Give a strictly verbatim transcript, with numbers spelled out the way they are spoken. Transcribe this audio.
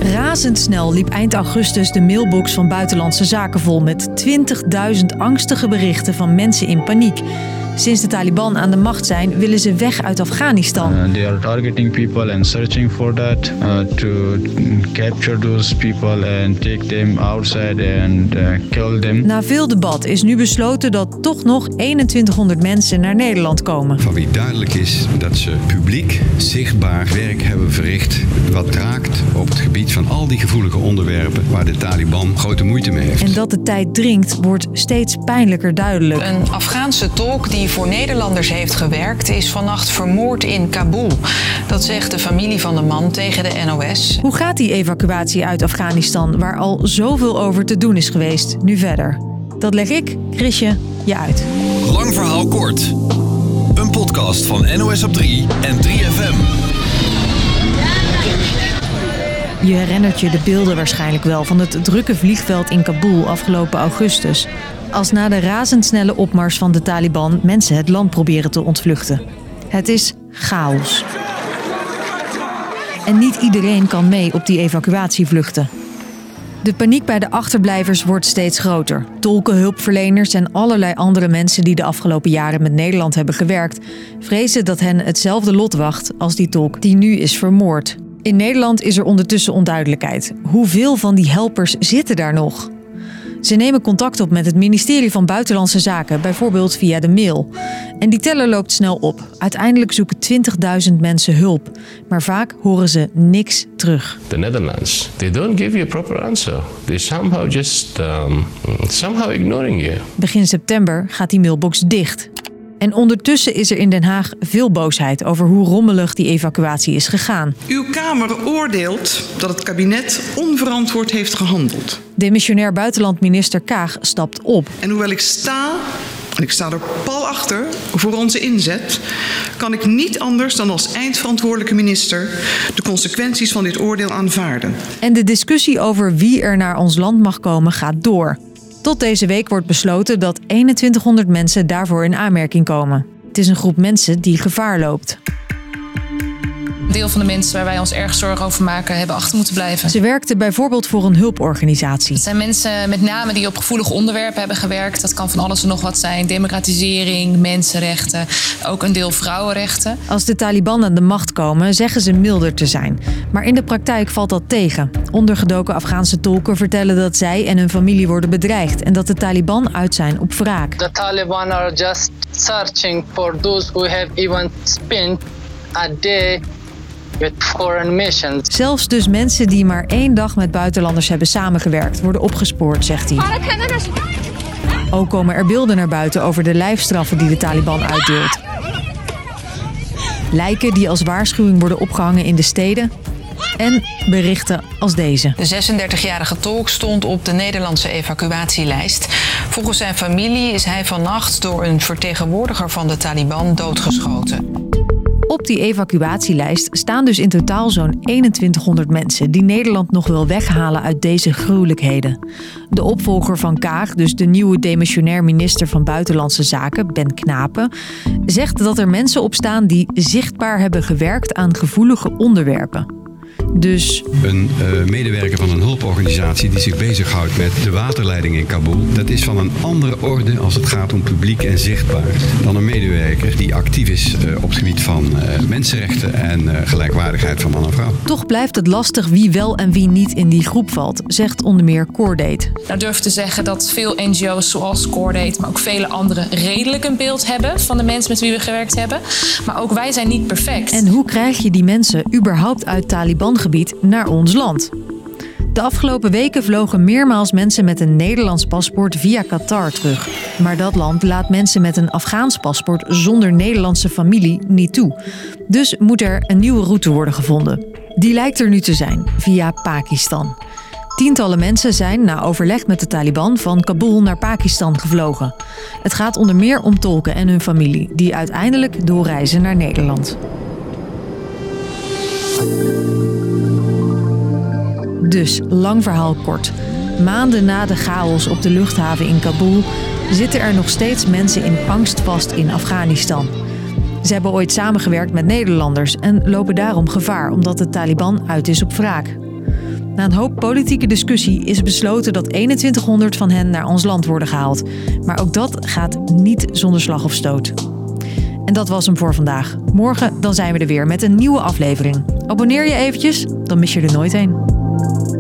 Razendsnel liep eind augustus de mailbox van Buitenlandse Zaken vol met twintigduizend angstige berichten van mensen in paniek. Sinds de Taliban aan de macht zijn, willen ze weg uit Afghanistan. Uh, they are targeting people and searching for that uh, to capture those people and take them outside and uh, kill them. Na veel debat is nu besloten dat toch nog eenentwintighonderd mensen naar Nederland komen. Van wie duidelijk is dat ze publiek, zichtbaar werk hebben verricht wat raakt op het gebied van al die gevoelige onderwerpen waar de Taliban grote moeite mee heeft. En dat de tijd dringt, wordt steeds pijnlijker duidelijk. Een Afghaanse tolk die voor Nederlanders heeft gewerkt, is vannacht vermoord in Kabul. Dat zegt de familie van de man tegen de N O S. Hoe gaat die evacuatie uit Afghanistan, waar al zoveel over te doen is geweest, nu verder? Dat leg ik, Chrisje, je uit. Lang verhaal kort. Een podcast van N O S op drie en drie F M. Je herinnert je de beelden waarschijnlijk wel van het drukke vliegveld in Kabul afgelopen augustus. Als na de razendsnelle opmars van de Taliban mensen het land proberen te ontvluchten. Het is chaos. En niet iedereen kan mee op die evacuatievluchten. De paniek bij de achterblijvers wordt steeds groter. Tolken, hulpverleners en allerlei andere mensen die de afgelopen jaren met Nederland hebben gewerkt, vrezen dat hen hetzelfde lot wacht als die tolk die nu is vermoord. In Nederland is er ondertussen onduidelijkheid. Hoeveel van die helpers zitten daar nog? Ze nemen contact op met het ministerie van Buitenlandse Zaken, bijvoorbeeld via de mail. En die teller loopt snel op. Uiteindelijk zoeken twintigduizend mensen hulp. Maar vaak horen ze niks terug. The Netherlands, they don't give you a proper answer. They somehow just um, somehow ignoring you. Begin september gaat die mailbox dicht. En ondertussen is er in Den Haag veel boosheid over hoe rommelig die evacuatie is gegaan. Uw Kamer oordeelt dat het kabinet onverantwoord heeft gehandeld. Demissionair buitenlandminister Kaag stapt op. En hoewel ik sta, en ik sta er pal achter, voor onze inzet, kan ik niet anders dan als eindverantwoordelijke minister de consequenties van dit oordeel aanvaarden. En de discussie over wie er naar ons land mag komen gaat door. Tot deze week wordt besloten dat eenentwintighonderd mensen daarvoor in aanmerking komen. Het is een groep mensen die gevaar loopt. Een deel van de mensen waar wij ons erg zorgen over maken, hebben achter moeten blijven. Ze werkten bijvoorbeeld voor een hulporganisatie. Het zijn mensen met name die op gevoelige onderwerpen hebben gewerkt. Dat kan van alles en nog wat zijn. Democratisering, mensenrechten, ook een deel vrouwenrechten. Als de Taliban aan de macht komen, zeggen ze milder te zijn. Maar in de praktijk valt dat tegen. Ondergedoken Afghaanse tolken vertellen dat zij en hun familie worden bedreigd en dat de Taliban uit zijn op wraak. The Taliban are just searching for those who have even spent a day with foreign missions. Zelfs dus mensen die maar één dag met buitenlanders hebben samengewerkt, worden opgespoord, zegt hij. Ook komen er beelden naar buiten over de lijfstraffen die de Taliban uitdeelt. Lijken die als waarschuwing worden opgehangen in de steden. En berichten als deze. De zesendertigjarige tolk stond op de Nederlandse evacuatielijst. Volgens zijn familie is hij vannacht door een vertegenwoordiger van de Taliban doodgeschoten. Op die evacuatielijst staan dus in totaal zo'n eenentwintighonderd mensen die Nederland nog wil weghalen uit deze gruwelijkheden. De opvolger van Kaag, dus de nieuwe demissionair minister van Buitenlandse Zaken, Ben Knapen, zegt dat er mensen op staan die zichtbaar hebben gewerkt aan gevoelige onderwerpen. Dus Een uh, medewerker van een hulporganisatie die zich bezighoudt met de waterleiding in Kabul, dat is van een andere orde als het gaat om publiek en zichtbaar dan een medewerker die actief is uh, op het gebied van uh, mensenrechten en uh, gelijkwaardigheid van man en vrouw. Toch blijft het lastig wie wel en wie niet in die groep valt, zegt onder meer Cordate. Nou durf te zeggen dat veel N G O's zoals Cordate, maar ook vele anderen redelijk een beeld hebben van de mensen met wie we gewerkt hebben. Maar ook wij zijn niet perfect. En hoe krijg je die mensen überhaupt uit Taliban gebied naar ons land? De afgelopen weken vlogen meermaals mensen met een Nederlands paspoort via Qatar terug. Maar dat land laat mensen met een Afghaans paspoort zonder Nederlandse familie niet toe. Dus moet er een nieuwe route worden gevonden. Die lijkt er nu te zijn, via Pakistan. Tientallen mensen zijn, na overleg met de Taliban, van Kabul naar Pakistan gevlogen. Het gaat onder meer om tolken en hun familie, die uiteindelijk doorreizen naar Nederland. Dus, lang verhaal kort. Maanden na de chaos op de luchthaven in Kabul zitten er nog steeds mensen in angst vast in Afghanistan. Ze hebben ooit samengewerkt met Nederlanders en lopen daarom gevaar omdat de Taliban uit is op wraak. Na een hoop politieke discussie is besloten dat eenentwintighonderd van hen naar ons land worden gehaald. Maar ook dat gaat niet zonder slag of stoot. En dat was hem voor vandaag. Morgen dan zijn we er weer met een nieuwe aflevering. Abonneer je eventjes, dan mis je er nooit een.